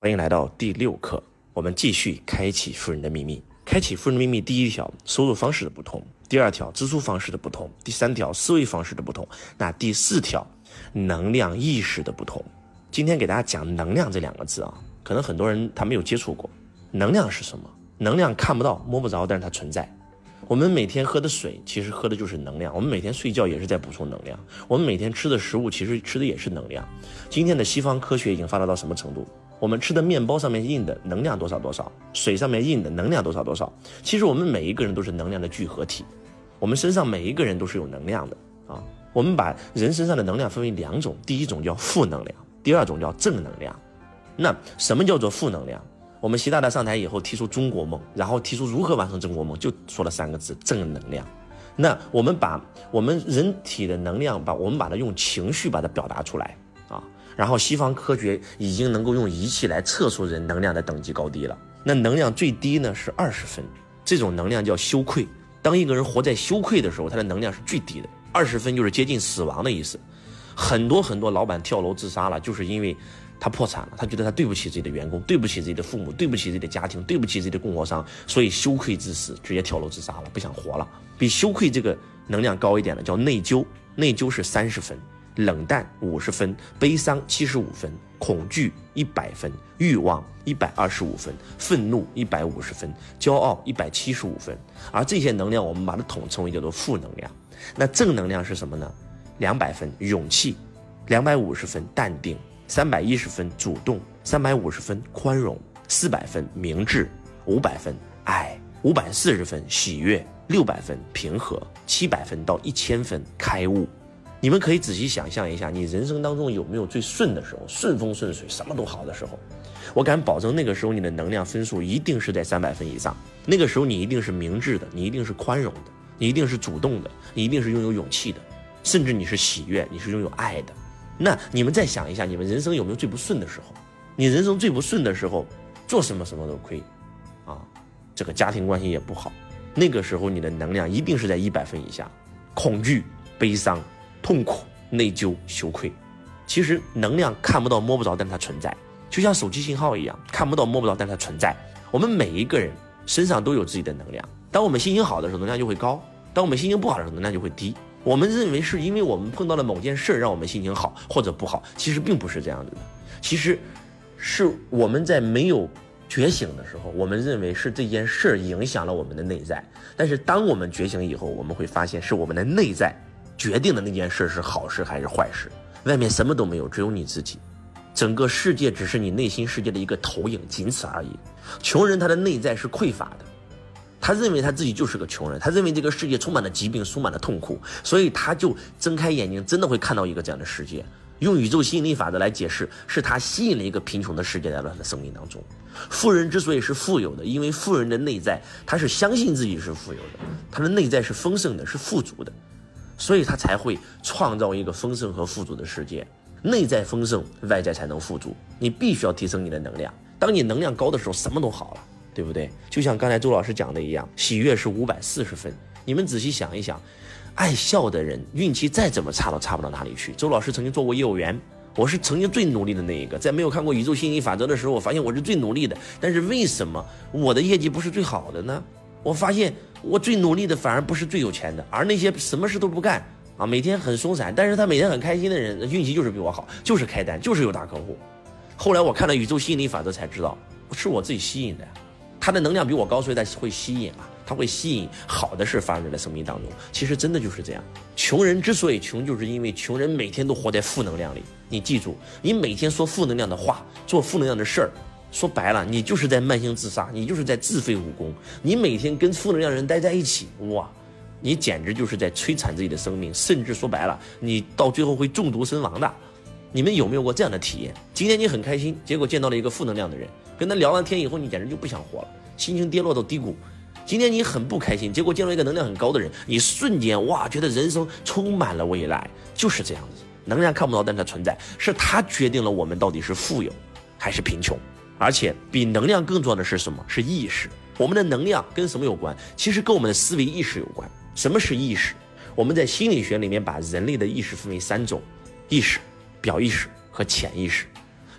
欢迎来到第6课，我们继续开启富人的秘密。开启富人的秘密，第1条，收入方式的不同；第2条，支出方式的不同；第3条，思维方式的不同。那第4条，能量意识的不同。今天给大家讲能量这2个字啊，可能很多人他没有接触过。能量是什么？能量看不到摸不着，但是它存在。我们每天喝的水其实喝的就是能量，我们每天睡觉也是在补充能量，我们每天吃的食物其实吃的也是能量。今天的西方科学已经发达到什么程度？我们吃的面包上面印的能量多少多少，水上面印的能量多少多少。其实我们每一个人都是能量的聚合体，我们身上每一个人都是有能量的啊。我们把人身上的能量分为2种，第1种叫负能量，第2种叫正能量。那什么叫做负能量？我们习大大上台以后提出中国梦，然后提出如何完成中国梦，就说了3个字：正能量。那我们把我们人体的能量，我们把它用情绪把它表达出来啊。然后西方科学已经能够用仪器来测出人能量的等级高低了。那能量最低呢是20分，这种能量叫羞愧。当一个人活在羞愧的时候，他的能量是最低的，20分就是接近死亡的意思。很多老板跳楼自杀了，就是因为他破产了，他觉得他对不起自己的员工，对不起自己的父母，对不起自己的家庭，对不起自己的供货商，所以羞愧致死，直接跳楼自杀了，不想活了。比羞愧这个能量高一点的叫内疚，内疚是30分，冷淡50分，悲伤75分，恐惧100分，欲望125分，愤怒150分，骄傲175分。而这些能量我们把它统称为叫做负能量。那正能量是什么呢？200分勇气，250分淡定，310分主动，350分宽容，400分明智，500分爱，540分喜悦，600分平和，700分到1000分开悟。你们可以仔细想象一下，你人生当中有没有最顺的时候，顺风顺水什么都好的时候？我敢保证那个时候你的能量分数一定是在300分以上。那个时候你一定是明智的，你一定是宽容的，你一定是主动的，你一定是拥有勇气的，甚至你是喜悦，你是拥有爱的。那你们再想一下，你们人生有没有最不顺的时候？你人生最不顺的时候，做什么都亏啊，这个家庭关系也不好，那个时候你的能量一定是在100分以下。恐惧、悲伤、痛苦、内疚、羞愧，其实能量看不到摸不着，但它存在，就像手机信号一样，看不到摸不着，但它存在。我们每一个人身上都有自己的能量，当我们心情好的时候，能量就会高；当我们心情不好的时候，能量就会低。我们认为是因为我们碰到了某件事让我们心情好或者不好，其实并不是这样子的。其实是我们在没有觉醒的时候，我们认为是这件事影响了我们的内在，但是当我们觉醒以后，我们会发现是我们的内在决定的那件事是好事还是坏事。外面什么都没有，只有你自己，整个世界只是你内心世界的一个投影，仅此而已。穷人他的内在是匮乏的，他认为他自己就是个穷人，他认为这个世界充满了疾病，充满了痛苦，所以他就睁开眼睛真的会看到一个这样的世界。用宇宙吸引力法则来解释，是他吸引了一个贫穷的世界来到他的生命当中。富人之所以是富有的，因为富人的内在他是相信自己是富有的，他的内在是丰盛的，是富足的，所以他才会创造一个丰盛和富足的世界。内在丰盛，外在才能富足。你必须要提升你的能量，当你能量高的时候，什么都好了，对不对？就像刚才周老师讲的一样，喜悦是540分。你们仔细想一想，爱笑的人运气再怎么差都差不到哪里去。周老师曾经做过业务员，我是曾经最努力的那一个，在没有看过宇宙吸引力法则的时候，我发现我是最努力的，但是为什么我的业绩不是最好的呢？我发现我最努力的反而不是最有钱的，而那些什么事都不干啊，每天很松散，但是他每天很开心的人，运气就是比我好，就是开单，就是有大客户。后来我看了宇宙吸引力法则才知道，是我自己吸引的呀。他的能量比我高，所以他会吸引啊，他会吸引好的事发生在生命当中。其实真的就是这样，穷人之所以穷，就是因为穷人每天都活在负能量里。你记住，你每天说负能量的话，做负能量的事儿，说白了，你就是在慢性自杀，你就是在自废武功。你每天跟负能量人待在一起，哇，你简直就是在摧残自己的生命，甚至说白了，你到最后会中毒身亡的。你们有没有过这样的体验？今天你很开心，结果见到了一个负能量的人，跟他聊完天以后，你简直就不想活了，心情跌落到低谷。今天你很不开心，结果见到一个能量很高的人，你瞬间哇，觉得人生充满了未来。就是这样子，能量看不到，但它存在，是它决定了我们到底是富有还是贫穷。而且比能量更重要的是什么？是意识。我们的能量跟什么有关？其实跟我们的思维意识有关。什么是意识？我们在心理学里面把人类的意识分为3种：意识、表意识和潜意识。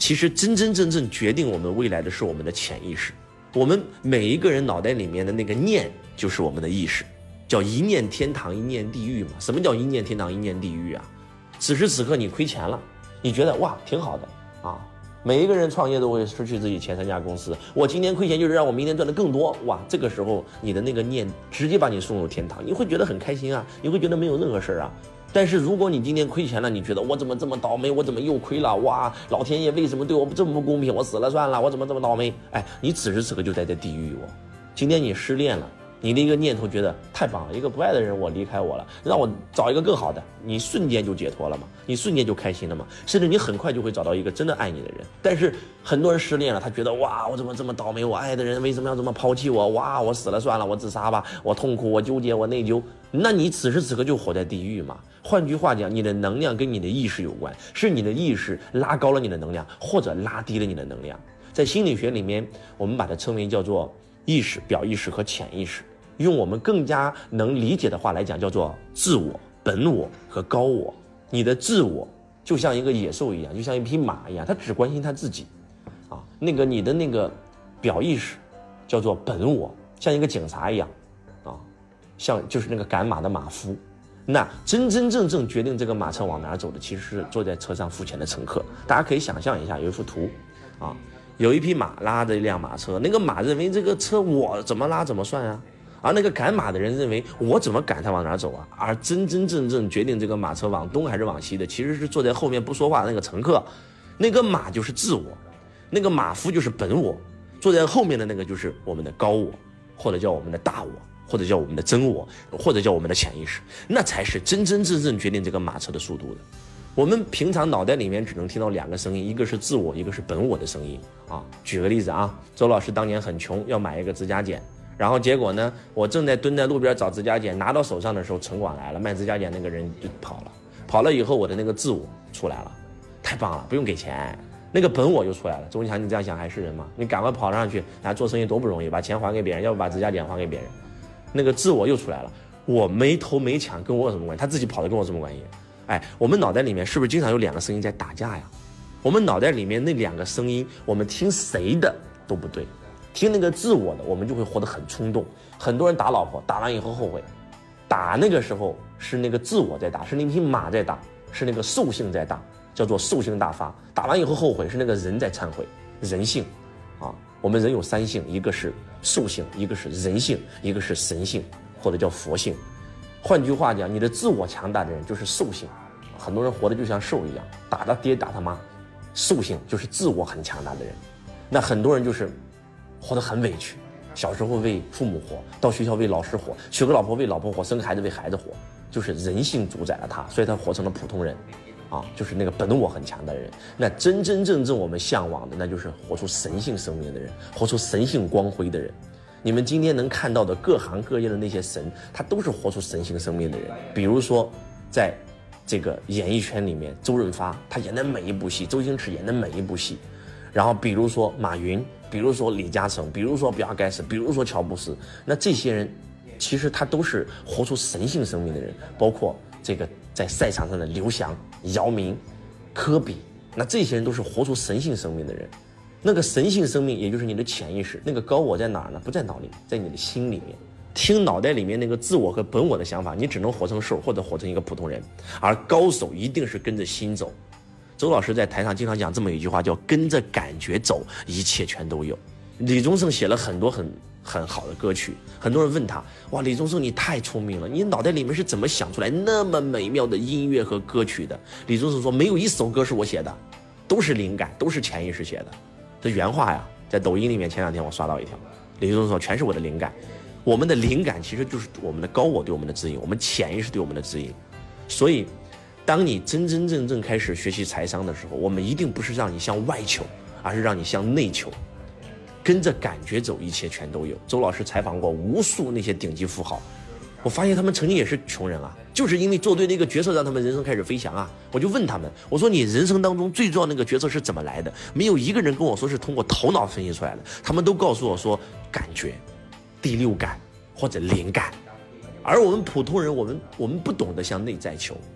其实真正决定我们未来的是我们的潜意识。我们每一个人脑袋里面的那个念就是我们的意识，叫一念天堂一念地狱嘛。什么叫一念天堂一念地狱啊？此时此刻你亏钱了，你觉得哇挺好的啊，每一个人创业都会失去自己前3家公司，我今天亏钱就是让我明天赚的更多，哇，这个时候你的那个念直接把你送入天堂，你会觉得很开心啊，你会觉得没有任何事啊。但是如果你今天亏钱了，你觉得我怎么这么倒霉，我怎么又亏了，哇，老天爷为什么对我这么不公平，我死了算了，我怎么这么倒霉，哎，你此时此刻就在这地狱我。今天你失恋了，你的一个念头觉得太棒了，一个不爱的人我离开我了，让我找一个更好的，你瞬间就解脱了嘛，你瞬间就开心了嘛，甚至你很快就会找到一个真的爱你的人。但是很多人失恋了，他觉得哇，我怎么这么倒霉，我爱的人为什么要这么抛弃我，哇，我死了算了，我自杀吧，我痛苦，我纠结，我内疚，那你此时此刻就活在地狱嘛。换句话讲，你的能量跟你的意识有关，是你的意识拉高了你的能量，或者拉低了你的能量。在心理学里面，我们把它称为叫做意识、表意识和潜意识。用我们更加能理解的话来讲，叫做自我、本我和高我。你的自我就像一个野兽一样，就像一匹马一样，它只关心它自己啊。你的那个表意识叫做本我，像一个警察一样啊，像就是那个赶马的马夫。那真正决定这个马车往哪走的，其实是坐在车上付钱的乘客。大家可以想象一下，有一幅图啊，有一匹马拉着一辆马车，那个马认为这个车我怎么拉怎么算啊，而那个赶马的人认为我怎么赶它往哪走啊。而真正决定这个马车往东还是往西的，其实是坐在后面不说话的那个乘客。那个马就是自我，那个马夫就是本我，坐在后面的那个就是我们的高我，或者叫我们的大我，或者叫我们的真我，或者叫我们的潜意识，那才是真正决定这个马车的速度的。我们平常脑袋里面只能听到2个声音，一个是自我，一个是本我的声音啊。举个例子啊，周老师当年很穷，要买一个指甲剪，然后结果呢，我正在蹲在路边找指甲剪，拿到手上的时候，城管来了，卖指甲剪那个人就跑了以后，我的那个自我出来了，太棒了，不用给钱。那个本我就出来了，周文强，你这样想还是人吗？你赶快跑上去，做生意多不容易，把钱还给别人，要不把指甲剪还给别人。那个自我又出来了，我没偷没抢，跟我有什么关系？他自己跑的跟我什么关系？哎，我们脑袋里面是不是经常有2个声音在打架呀？我们脑袋里面那2个声音，我们听谁的都不对，听那个自我的，我们就会活得很冲动。很多人打老婆，打完以后后悔，打那个时候是那个自我在打，是那匹马在打，是那个兽性在打，叫做兽性大发。打完以后后悔，是那个人在忏悔，人性啊。我们人有3性，一个是兽性，一个是人性，一个是神性，或者叫佛性。换句话讲，你的自我强大的人就是兽性，很多人活得就像兽一样，打他爹打他妈。兽性就是自我很强大的人，那很多人就是活得很委屈，小时候为父母活，到学校为老师活，娶个老婆为老婆活，生个孩子为孩子活，就是人性主宰了他，所以他活成了普通人啊，就是那个本我很强大的人。那真正我们向往的，那就是活出神性生命的人，活出神性光辉的人。你们今天能看到的各行各业的那些神，他都是活出神性生命的人。比如说在这个演艺圈里面，周润发他演的每一部戏，周星驰演的每一部戏，然后比如说马云，比如说李嘉诚，比如说比尔盖茨，比如说乔布斯，那这些人其实他都是活出神性生命的人。包括这个在赛场上的刘翔、姚明、科比，那这些人都是活出神性生命的人。那个神性生命也就是你的潜意识，那个高我在哪儿呢？不在脑里，在你的心里面。听脑袋里面那个自我和本我的想法，你只能活成兽或者活成一个普通人，而高手一定是跟着心走。周老师在台上经常讲这么一句话，叫跟着感觉走，一切全都有。李宗盛写了很多很好的歌曲，很多人问他，哇，李宗盛你太聪明了，你脑袋里面是怎么想出来那么美妙的音乐和歌曲的？李宗盛说，没有一首歌是我写的，都是灵感，都是潜意识写的。这原话呀，在抖音里面前2天我刷到一条，李宗盛说全是我的灵感。我们的灵感其实就是我们的高我对我们的指引，我们潜意识对我们的指引。所以当你真正开始学习财商的时候，我们一定不是让你向外求，而是让你向内求。跟着感觉走，一切全都有。周老师采访过无数那些顶级富豪，我发现他们曾经也是穷人啊，就是因为做对那个决策让他们人生开始飞翔啊。我就问他们，我说你人生当中最重要的那个决策是怎么来的？没有一个人跟我说是通过头脑分析出来的，他们都告诉我说感觉、第六感或者灵感。而我们普通人，我们不懂得向内在求，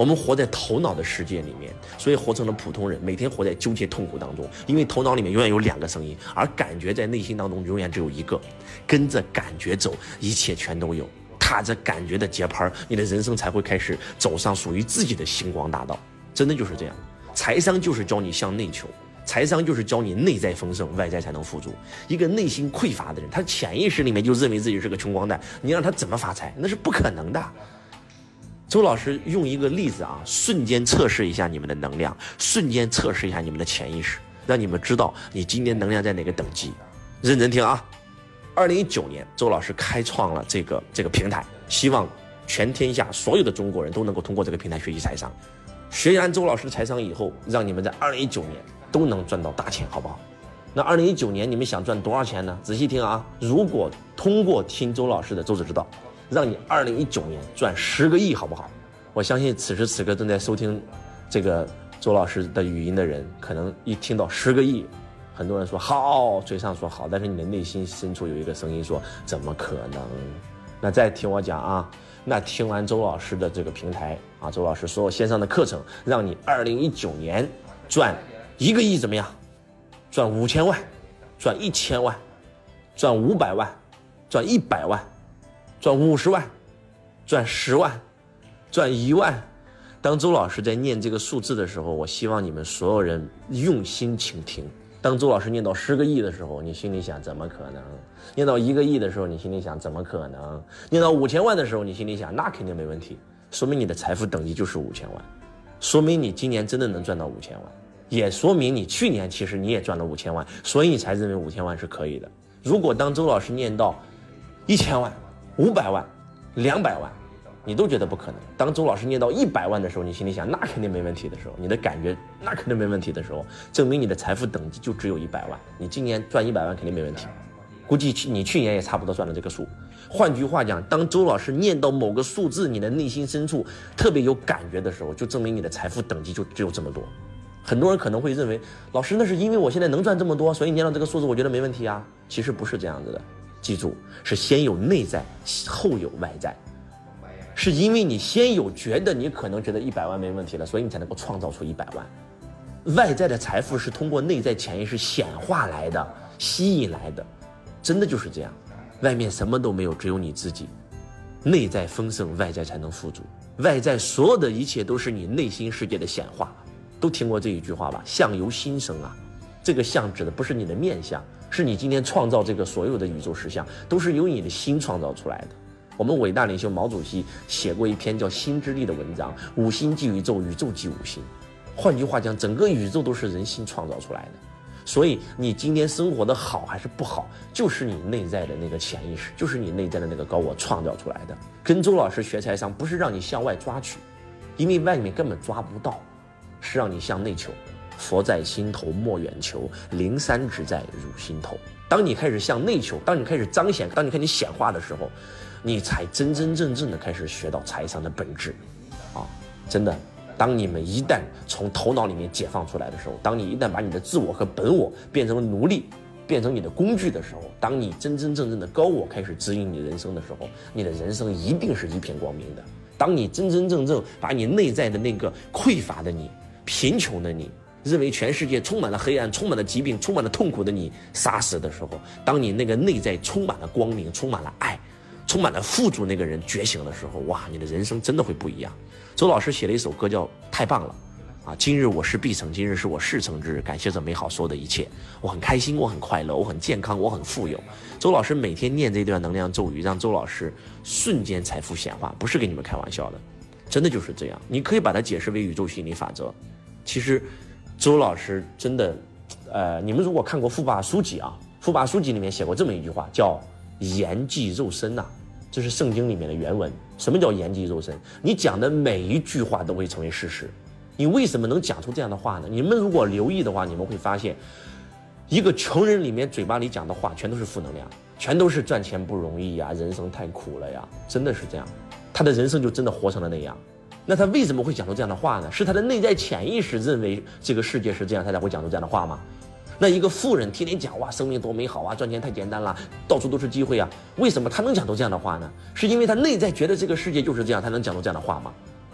我们活在头脑的世界里面，所以活成了普通人，每天活在纠结痛苦当中。因为头脑里面永远有2个声音，而感觉在内心当中永远只有1个。跟着感觉走，一切全都有。踏着感觉的节拍，你的人生才会开始走上属于自己的星光大道。真的就是这样。财商就是教你向内求，财商就是教你内在丰盛，外在才能富足。一个内心匮乏的人，他潜意识里面就认为自己是个穷光蛋，你让他怎么发财？那是不可能的。周老师用一个例子啊，瞬间测试一下你们的能量，瞬间测试一下你们的潜意识，让你们知道你今天能量在哪个等级。认真听啊！2019年，周老师开创了这个平台，希望全天下所有的中国人都能够通过这个平台学习财商。学完周老师的财商以后，让你们在2019年都能赚到大钱，好不好？那2019年你们想赚多少钱呢？仔细听啊！如果通过听周老师的周知之道，让你2019年赚10个亿，好不好？我相信此时此刻正在收听这个周老师的语音的人，可能一听到10个亿，很多人说好，嘴上说好，但是你的内心深处有一个声音说怎么可能？那再听我讲啊！那听完周老师的这个平台啊，周老师所有线上的课程，让你2019年赚1个亿怎么样？赚5000万，赚1000万，赚500万，赚100万，赚50万，赚10万，赚1万。当周老师在念这个数字的时候，我希望你们所有人用心倾听。当周老师念到10个亿的时候，你心里想怎么可能？念到1个亿的时候，你心里想怎么可能？念到5000万的时候，你心里想那肯定没问题，说明你的财富等级就是5000万，说明你今年真的能赚到5000万，也说明你去年其实你也赚了5000万，所以你才认为5000万是可以的。如果当周老师念到1000万、500万、200万，你都觉得不可能。当周老师念到100万的时候，你心里想那肯定没问题的时候，你的感觉那肯定没问题的时候，证明你的财富等级就只有100万。你今年赚100万肯定没问题，估计你去年也差不多赚了这个数。换句话讲，当周老师念到某个数字，你的内心深处特别有感觉的时候，就证明你的财富等级就只有这么多。很多人可能会认为，老师那是因为我现在能赚这么多，所以念到这个数字我觉得没问题啊。其实不是这样子的，记住，是先有内在，后有外在。是因为你先有觉得你可能觉得100万没问题了，所以你才能够创造出100万。外在的财富是通过内在潜意识显化来的，吸引来的，真的就是这样。外面什么都没有，只有你自己。内在丰盛，外在才能富足。外在所有的一切都是你内心世界的显化。都听过这一句话吧？相由心生啊。这个相指的不是你的面相，是你今天创造这个所有的宇宙实相，都是由你的心创造出来的。我们伟大领袖毛主席写过一篇叫《心之力》的文章，五心即宇宙，宇宙即五心。换句话讲，整个宇宙都是人心创造出来的。所以你今天生活的好还是不好，就是你内在的那个潜意识，就是你内在的那个高我创造出来的。跟周老师学财商，不是让你向外抓取，因为外面根本抓不到，是让你向内求。佛在心头莫远求，灵山只在汝心头。当你开始向内求，当你开始彰显，当你开始显化的时候，你才真真正正的开始学到财商的本质啊！真的，当你们一旦从头脑里面解放出来的时候，当你一旦把你的自我和本我变成奴隶，变成你的工具的时候，当你真真正正的高我开始指引你人生的时候，你的人生一定是一片光明的。当你真真正正把你内在的那个匮乏的你、贫穷的你，认为全世界充满了黑暗、充满了疾病、充满了痛苦的你杀死的时候，当你那个内在充满了光明、充满了爱、充满了富足那个人觉醒的时候，哇，你的人生真的会不一样。周老师写了一首歌叫《太棒了》啊，今日我是必成，今日是我事成之日，感谢这美好所有的一切，我很开心，我很快乐，我很健康，我很富有。周老师每天念这段能量咒语，让周老师瞬间财富显化，不是给你们开玩笑的，真的就是这样。你可以把它解释为宇宙吸引力法则。其实周老师真的你们如果看过富爸书籍啊，富爸书籍里面写过这么一句话，叫言即肉身呐，这是圣经里面的原文。什么叫言即肉身？你讲的每一句话都会成为事实。你为什么能讲出这样的话呢？你们如果留意的话，你们会发现，一个穷人里面嘴巴里讲的话全都是负能量，全都是赚钱不容易呀，人生太苦了呀，真的是这样。他的人生就真的活成了那样。那他为什么会讲出这样的话呢？是他的内在潜意识认为这个世界是这样，他才会讲出这样的话吗？那一个富人天天讲哇，生命多美好啊，赚钱太简单了，到处都是机会啊，为什么他能讲出这样的话呢？是因为他内在觉得这个世界就是这样，他能讲出这样的话吗？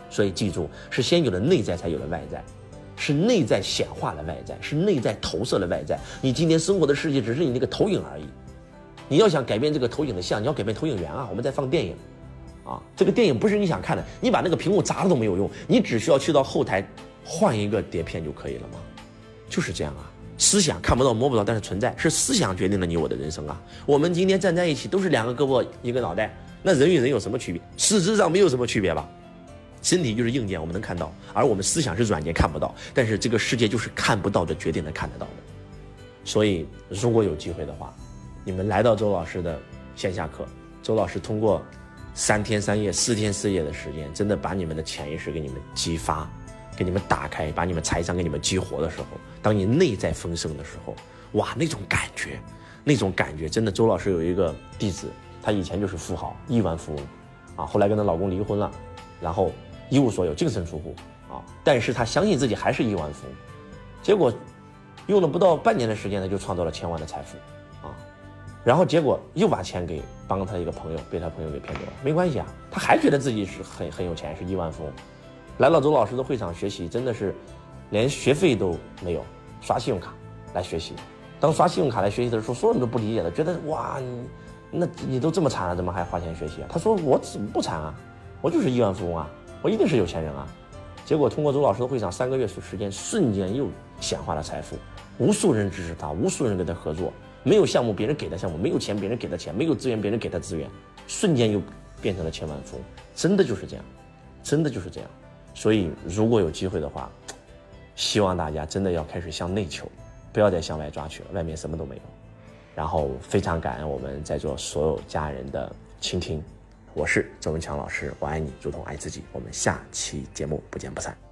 所以记住，是先有了内在，才有了外在，是内在显化了外在，是内在投射了外在。你今天生活的世界只是你那个投影而已。你要想改变这个投影的像，你要改变投影源啊！我们在放电影，啊，这个电影不是你想看的，你把那个屏幕砸了都没有用，你只需要去到后台换一个碟片就可以了吗？就是这样啊！思想看不到摸不到，但是存在，是思想决定了你我的人生啊！我们今天站在一起都是2个胳膊一个脑袋，那人与人有什么区别？实质上没有什么区别吧？身体就是硬件，我们能看到，而我们思想是软件，看不到。但是这个世界就是看不到的决定了看得到的。所以如果有机会的话，你们来到周老师的线下课，周老师通过3天3夜、4天4夜的时间，真的把你们的潜意识给你们激发，给你们打开，把你们财商给你们激活的时候，当你内在丰盛的时候，哇，那种感觉真的。周老师有一个弟子，他以前就是富豪，亿万富翁啊，后来跟她老公离婚了，然后一无所有，净身出户啊，但是他相信自己还是亿万富翁，结果用了不到半年的时间呢，就创造了1000万的财富啊。然后结果又把钱给帮他一个朋友，被他朋友给骗走了。没关系啊，他还觉得自己是很有钱，是亿万富翁。来到周老师的会场学习，真的是连学费都没有，刷信用卡来学习。当刷信用卡来学习的时候，所有人都不理解的，觉得哇，你都这么惨了，怎么还花钱学习啊？他说我怎么不惨啊，我就是亿万富翁啊，我一定是有钱人啊。结果通过周老师的会场3个月时间，瞬间又显化了财富，无数人支持他，无数人跟他合作。没有项目别人给他项目，没有钱别人给他钱，没有资源别人给他资源，瞬间又变成了千万富翁。真的就是这样，真的就是这样。所以如果有机会的话，希望大家真的要开始向内求，不要再向外抓取了，外面什么都没有。然后非常感恩我们在座所有家人的倾听，我是周文强老师，我爱你如同爱自己，我们下期节目不见不散。